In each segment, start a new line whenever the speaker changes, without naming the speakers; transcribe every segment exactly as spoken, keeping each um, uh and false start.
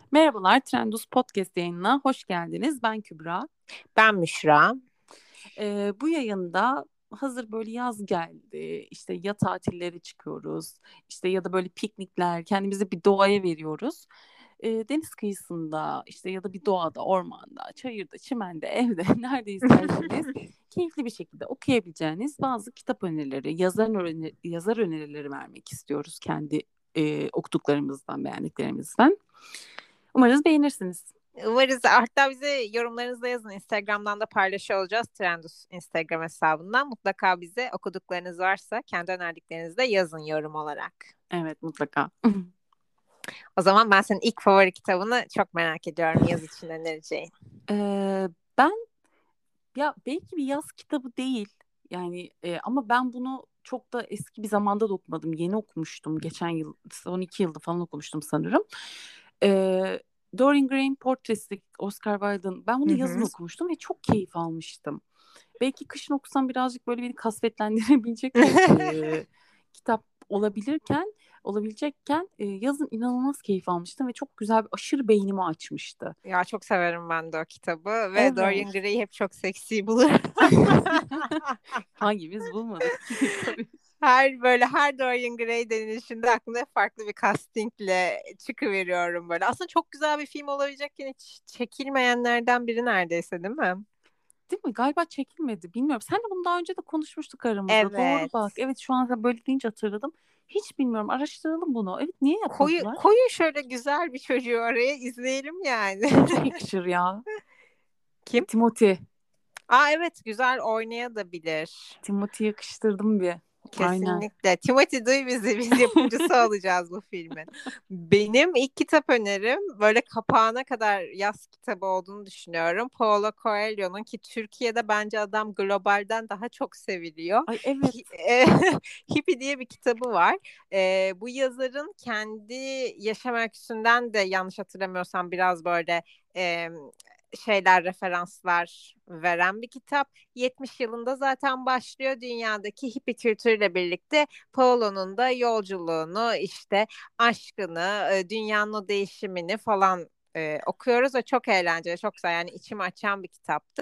Merhabalar, Trendus Podcast yayınına hoş geldiniz. Ben Kübra.
Ben Müşra.
Ee, bu yayında hazır böyle yaz geldi, işte ya tatillere çıkıyoruz, işte ya da böyle piknikler, kendimizi bir doğaya veriyoruz. Ee, deniz kıyısında, işte ya da bir doğada, ormanda, çayırda, çimende, evde, nerede isterseniz keyifli bir şekilde okuyabileceğiniz bazı kitap önerileri, yazar, öneri, yazar önerileri vermek istiyoruz kendi e, okuduklarımızdan, beğendiklerimizden. Umarız beğenirsiniz.
Umarız hatta bize yorumlarınızı da yazın. Instagram'dan da paylaşıyor olacağız. Trendus Instagram hesabından. Mutlaka bize okuduklarınız varsa kendi önerdiklerinizi de yazın yorum olarak.
Evet, mutlaka.
O zaman ben senin ilk favori kitabını çok merak ediyorum yaz için önereceğin.
Ee, ben ya belki bir yaz kitabı değil yani e, ama ben bunu çok da eski bir zamanda da okumadım. Yeni okumuştum. Geçen yıl, son iki yılda falan okumuştum sanırım. Ee, Dorian Gray'in Portresi, Oscar Wilde'ın. Ben
Hı
bunu yazın
hı.
okumuştum ve çok keyif almıştım. Belki kışın okusam birazcık böyle beni kasvetlendirebilecek bir e, kitap olabilirken, olabilecekken e, yazın inanılmaz keyif almıştım ve çok güzel bir aşırı beynimi açmıştı.
Ya çok severim ben de o kitabı ve Dorian
Evet.
Gray'i hep çok seksi bulurum.
Hangimiz bulmadık ki tabii.
Her böyle her Dorian Gray denilişinde aklımda farklı bir castingle çıkıveriyorum böyle. Aslında çok güzel bir film olabilecekken hiç çekilmeyenlerden biri neredeyse değil mi?
Değil mi? Galiba çekilmedi. Bilmiyorum. Sen de bunu daha önce de konuşmuştuk aramızda. Doğru bak.
Evet.
Evet, şu an sen böyle deyince hatırladım. Hiç bilmiyorum. Araştıralım bunu. Evet, niye
Koyu,
yapmadılar?
koyun şöyle güzel bir çocuğu oraya izleyelim yani.
Bence çok yakışır ya.
Kim?
Timothy.
Aa evet güzel oynayabilir.
Timothy yakıştırdım bir. Aynen.
Kesinlikle. Timothy duy bizi. Biz yapımcısı olacağız bu filmin. Benim ilk kitap önerim böyle kapağına kadar yaz kitabı olduğunu düşünüyorum. Paulo Coelho'nun ki Türkiye'de bence adam globalden daha çok seviliyor.
Ay evet.
Hi- e, Hippie diye bir kitabı var. E, bu yazarın kendi yaşam öyküsünden de yanlış hatırlamıyorsam biraz böyle e, şeyler referanslar veren bir kitap. yetmiş yılında zaten başlıyor dünyadaki hippie kültürüyle birlikte Paulo'nun da yolculuğunu işte aşkını, e, dünyanın o değişimini falan e, okuyoruz ve çok eğlenceli, çok güzel yani içimi açan bir kitaptı.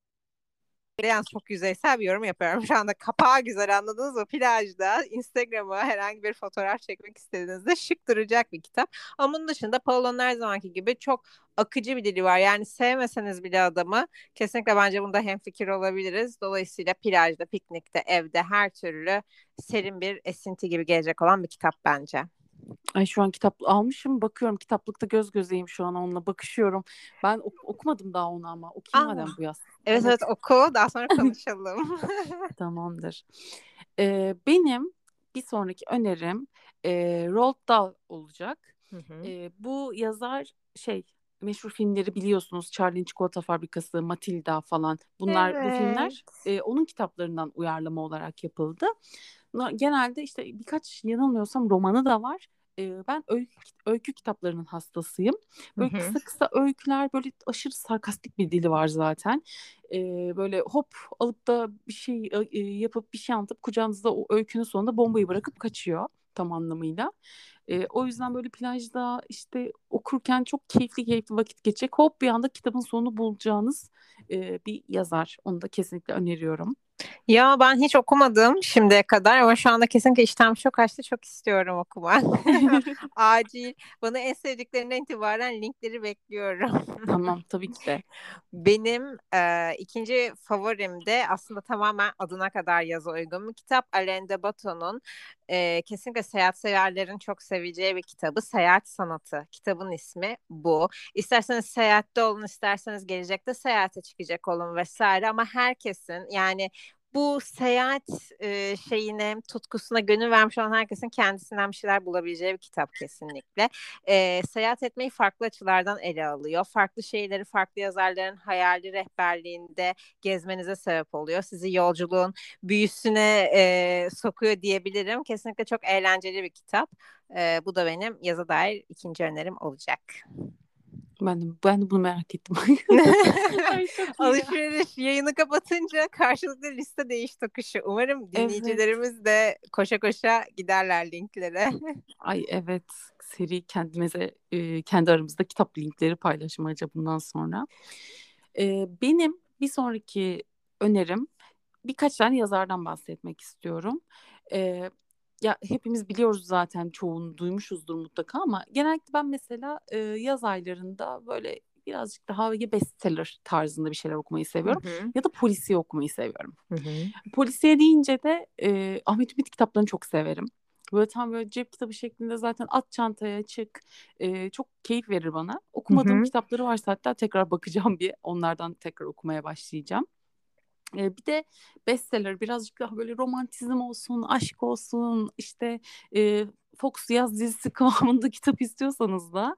Yalnız çok yüzeysel bir yorum yapıyorum. Şu anda kapağı güzel anladınız mı? Plajda Instagram'a herhangi bir fotoğraf çekmek istediğinizde şık duracak bir kitap. Ama bunun dışında Paulo'nun her zamanki gibi çok akıcı bir dili var. Yani sevmeseniz bile adamı kesinlikle bence bunda hemfikir olabiliriz. Dolayısıyla plajda, piknikte, evde her türlü serin bir esinti gibi gelecek olan bir kitap bence.
Ay, şu an kitap almışım. Bakıyorum, kitaplıkta göz gözeyim şu an onunla. Bakışıyorum. Ben ok- okumadım daha onu ama. Okuyayım
Aa,
madem bu yaz.
evet evet
Evet.
oku daha sonra konuşalım.
Tamamdır. Ee, benim bir sonraki önerim e, Roald Dahl olacak.
Hı hı.
E, bu yazar şey, meşhur filmleri biliyorsunuz. Charlie'nin Çikolata Fabrikası, Matilda falan. Bunlar, bu
Evet.
filmler e, onun kitaplarından uyarlama olarak yapıldı. Bunlar genelde işte birkaç, yanılmıyorsam romanı da var. E, ben öykü, öykü kitaplarının hastasıyım.
Hı
Böyle
hı.
kısa kısa öyküler, böyle aşırı sarkastik bir dili var zaten. E, böyle hop alıp da bir şey e, yapıp bir şey anlatıp kucağınızda o öykünün sonunda bombayı bırakıp kaçıyor tam anlamıyla. E, o yüzden böyle plajda işte okurken çok keyifli keyifli vakit geçecek. Hop bir anda kitabın sonunu bulacağınız e, bir yazar. Onu da kesinlikle öneriyorum.
Ya ben hiç okumadım şimdiye kadar ama şu anda kesinlikle iştahım çok açtı. Çok istiyorum okumak. Acil. Bana en sevdiklerinden itibaren linkleri bekliyorum.
Tamam, tabii ki de.
Benim e, ikinci favorim de aslında tamamen adına kadar yaza uygun bir kitap. Alain de Botton'un e, kesinlikle seyahat severlerin çok seveceği bir kitabı. Seyahat Sanatı. Kitabın ismi bu. İsterseniz seyahatte olun, isterseniz gelecekte seyahate çıkacak olun vesaire ama herkesin yani bu seyahat e, şeyine, tutkusuna gönül vermiş olan herkesin kendisinden bir şeyler bulabileceği bir kitap kesinlikle. E, seyahat etmeyi farklı açılardan ele alıyor. Farklı şeyleri farklı yazarların hayali rehberliğinde gezmenize sebep oluyor. Sizi yolculuğun büyüsüne e, sokuyor diyebilirim. Kesinlikle çok eğlenceli bir kitap. E, bu da benim yaza dair ikinci önerim olacak.
Ben de, ben de bunu merak ettim. Ay çok iyi ya.
Alışveriş yayını kapatınca karşılıklı liste değiş tokuşu. Umarım
Evet.
dinleyicilerimiz de koşa koşa giderler linklere.
Ay evet. Seri kendimize e, kendi aramızda kitap linkleri paylaşmaca bundan sonra. E, benim bir sonraki önerim, birkaç tane yazardan bahsetmek istiyorum. E, Ya hepimiz biliyoruz zaten, çoğunu duymuşuzdur mutlaka, ama genellikle ben mesela e, yaz aylarında böyle birazcık daha ya bestseller tarzında bir şeyler okumayı
Hı
seviyorum
hı.
ya da polisiye okumayı seviyorum.
Hı hı.
Polisiye deyince de e, Ahmet Ümit kitaplarını çok severim. Böyle tam böyle cep kitabı şeklinde, zaten at çantaya çık. E, çok keyif verir bana.
Hı
Okumadığım
hı.
kitapları varsa hatta tekrar bakacağım, bir onlardan tekrar okumaya başlayacağım. E, bir de bestseller birazcık daha böyle romantizm olsun, aşk olsun, işte e, Fox yaz dizisi kıvamında kitap istiyorsanız da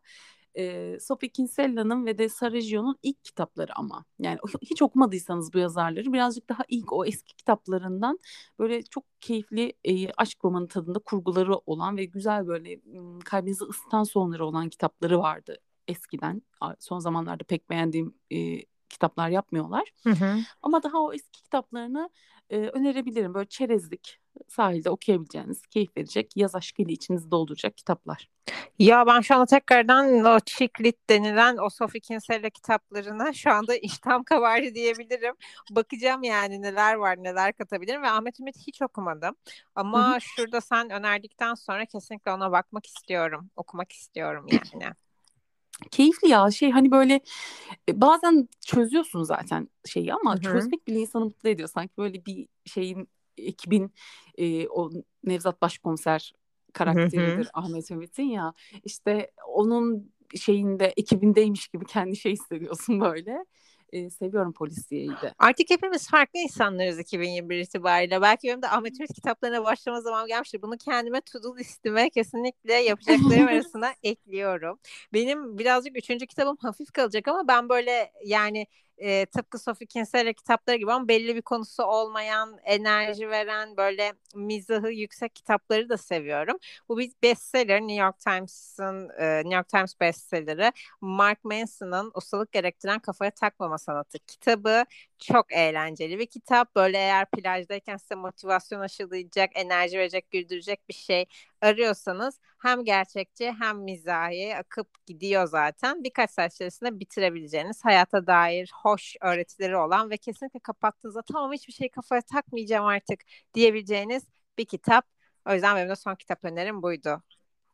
e, Sophie Kinsela'nın ve de Saragio'nun ilk kitapları ama. Yani hiç okumadıysanız bu yazarları, birazcık daha ilk o eski kitaplarından böyle çok keyifli e, aşk romanı tadında kurguları olan ve güzel, böyle m, kalbinizi ısıtan sonları olan kitapları vardı eskiden. A- Son zamanlarda pek beğendiğim e, kitaplar yapmıyorlar.
Hı hı.
Ama daha o eski kitaplarını e, önerebilirim. Böyle çerezlik, sahilde okuyabileceğiniz, keyif verecek, yaz aşkıyla içinizi dolduracak kitaplar.
Ya ben şu anda tekrardan o chick lit denilen o Sophie Kinsella kitaplarına şu anda iştahım kabardı diyebilirim. Bakacağım yani neler var, neler katabilirim ve Ahmet Ümit hiç okumadım.
Hı hı.
Ama şurada sen önerdikten sonra kesinlikle ona bakmak istiyorum, okumak istiyorum yani.
Keyifli ya, şey hani böyle e, bazen çözüyorsun zaten şeyi,
Hı
ama
hı.
çözmek bile insanı mutlu ediyor. Sanki böyle bir şeyin, ekibin e, o Nevzat Başkomiser
Hı hı.
karakteridir Ahmet Ümit'in ya, işte onun şeyinde, ekibindeymiş gibi kendi şey hissediyorsun böyle. E, seviyorum polisiyeyi de.
Artık hepimiz farklı insanlarız iki bin yirmi bir itibariyle. Belki benim de Ahmet Ümit kitaplarına başlama zamanım gelmiştir. Bunu kendime to-do listime kesinlikle yapacaklarım arasına ekliyorum. Benim birazcık üçüncü kitabım hafif kalacak ama ben böyle yani e, tıpkı Sophie Kinsella kitapları gibi ama belli bir konusu olmayan, enerji veren, böyle mizahı yüksek kitapları da seviyorum. Bu bir bestseller, New York Times'ın e, New York Times bestselleri. Mark Manson'ın Ustalık Gerektiren Kafaya Takmama Sanatı kitabı. Çok eğlenceli bir kitap. Böyle eğer plajdayken size motivasyon aşılayacak, enerji verecek, güldürecek bir şey arıyorsanız hem gerçekçi hem mizahi, akıp gidiyor zaten. Birkaç saat içerisinde bitirebileceğiniz, hayata dair hoş öğretileri olan ve kesinlikle kapattığınızda tamam hiçbir şey kafaya takmayacağım artık diyebileceğiniz bir kitap. O yüzden benim de son kitap önerim buydu.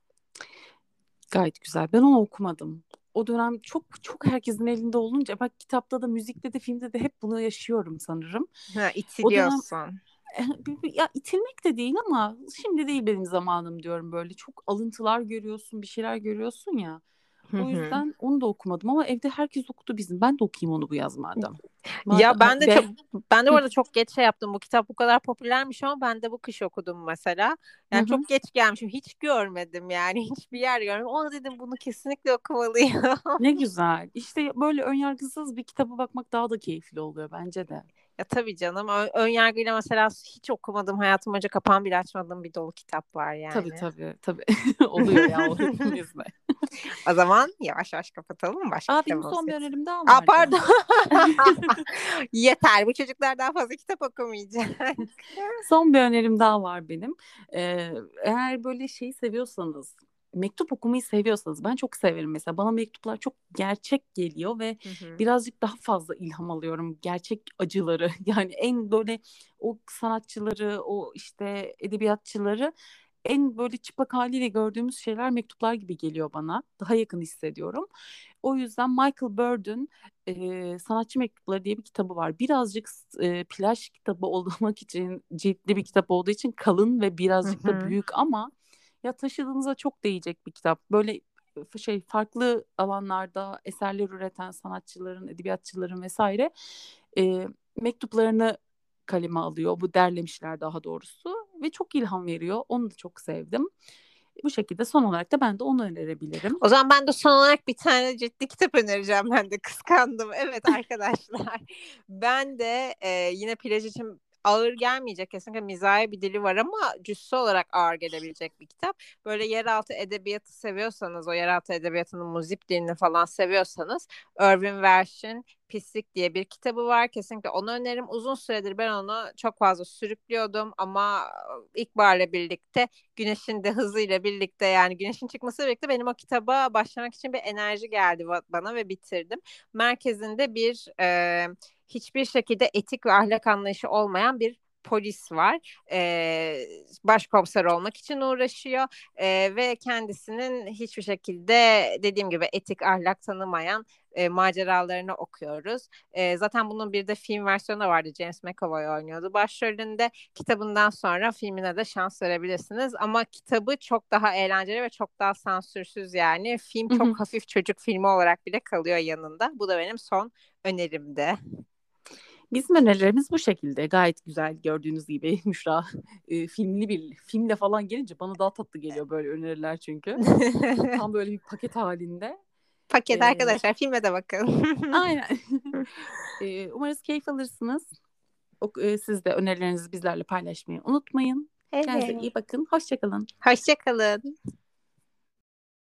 Gayet güzel. Ben onu okumadım. O dönem çok çok herkesin elinde olunca, bak kitapta da, müzikte de, filmde de hep bunu yaşıyorum sanırım.
Ha,
O dönem
itiliyorsun.
bir- bir- ya itilmek de değil ama şimdi değil benim zamanım diyorum böyle. Çok alıntılar görüyorsun, bir şeyler görüyorsun ya.
Hı
O
hı.
yüzden onu da okumadım ama evde herkes okudu bizim. Ben de okuyayım onu bu yaz madem. Madem
Ya ben de çok
be.
ben de bu
Hı
arada çok geç şey yaptım. Bu kitap bu kadar popülermiş ama ben de bu kış okudum mesela.
hı.
Yani
Hı.
çok geç gelmişim. Hiç görmedim yani. Hiçbir yer görmedim. Ona dedim bunu kesinlikle okumalıyım.
Ne güzel. İşte böyle önyargısız bir kitaba bakmak daha da keyifli oluyor bence de.
Ya tabii canım. Ön, ön yargıyla mesela hiç okumadım. Hayatım boyunca kapağını bile açmadığım bir dolu kitap var
Tabii
yani.
tabii tabii. Oluyor ya o hepimizde.
O zaman yavaş yavaş kapatalım mı? Başka
Aa, benim
kitabımız
son bir
yok.
önerim daha
Aa
vardı.
pardon. Yeter. Bu çocuklar daha fazla kitap okumayacak.
Son bir önerim daha var benim. Ee, Eğer böyle şeyi seviyorsanız, mektup okumayı seviyorsanız, ben çok severim mesela. Bana mektuplar çok gerçek geliyor ve
Hı hı.
birazcık daha fazla ilham alıyorum. Gerçek acıları, yani en böyle o sanatçıları, o işte edebiyatçıları en böyle çıplak haliyle gördüğümüz şeyler mektuplar gibi geliyor bana. Daha yakın hissediyorum. O yüzden Michael Bird'ün e, Sanatçı Mektupları diye bir kitabı var. Birazcık e, plaj kitabı olmak için, ciltli bir kitap olduğu için kalın ve
Hı
birazcık da
hı.
büyük, ama ya taşıdığınıza çok değecek bir kitap. Böyle e, şey, farklı alanlarda eserler üreten sanatçıların, edebiyatçıların vesaire e, mektuplarını kaleme alıyor. Bu derlemişler daha doğrusu ve çok ilham veriyor. Onu da çok sevdim. Bu şekilde son olarak da ben de onu önerebilirim.
O zaman ben de son olarak bir tane ciddi kitap önereceğim. Ben de kıskandım. Evet arkadaşlar. Ben de e, yine plaj için ağır gelmeyecek, kesinlikle mizahi bir dili var ama cüssü olarak ağır gelebilecek bir kitap. Böyle yeraltı edebiyatı seviyorsanız, o yeraltı edebiyatının muzip dilini falan seviyorsanız Irving Welsh'in Pislik diye bir kitabı var. Kesinlikle onu öneririm. Uzun süredir ben onu çok fazla sürüklüyordum ama ilkbaharla birlikte, güneşin de hızıyla birlikte, yani güneşin çıkmasıyla birlikte benim o kitaba başlamak için bir enerji geldi bana ve bitirdim. Merkezinde bir e, hiçbir şekilde etik ve ahlak anlayışı olmayan bir polis var. Ee, başkomiser olmak için uğraşıyor ee, ve kendisinin hiçbir şekilde, dediğim gibi, etik ahlak tanımayan e, maceralarını okuyoruz. E, zaten bunun bir de film versiyonu da vardı. James McAvoy oynuyordu başrolünde. Kitabından sonra filmine de şans verebilirsiniz. Ama kitabı çok daha eğlenceli ve çok daha sansürsüz yani. Film çok hafif çocuk filmi olarak bile kalıyor yanında. Bu da benim son önerimdi.
Bizim önerilerimiz bu şekilde. Gayet güzel, gördüğünüz gibi Müşra. E, filmli bir filmle falan gelince bana daha tatlı geliyor böyle öneriler çünkü. Tam böyle bir paket halinde.
Paket
E,
arkadaşlar, filme de bakın.
aynen. e, umarız keyif alırsınız. O, e, siz de önerilerinizi bizlerle paylaşmayı unutmayın. Kendinize
Evet.
iyi bakın. Hoşça kalın.
Hoşça kalın.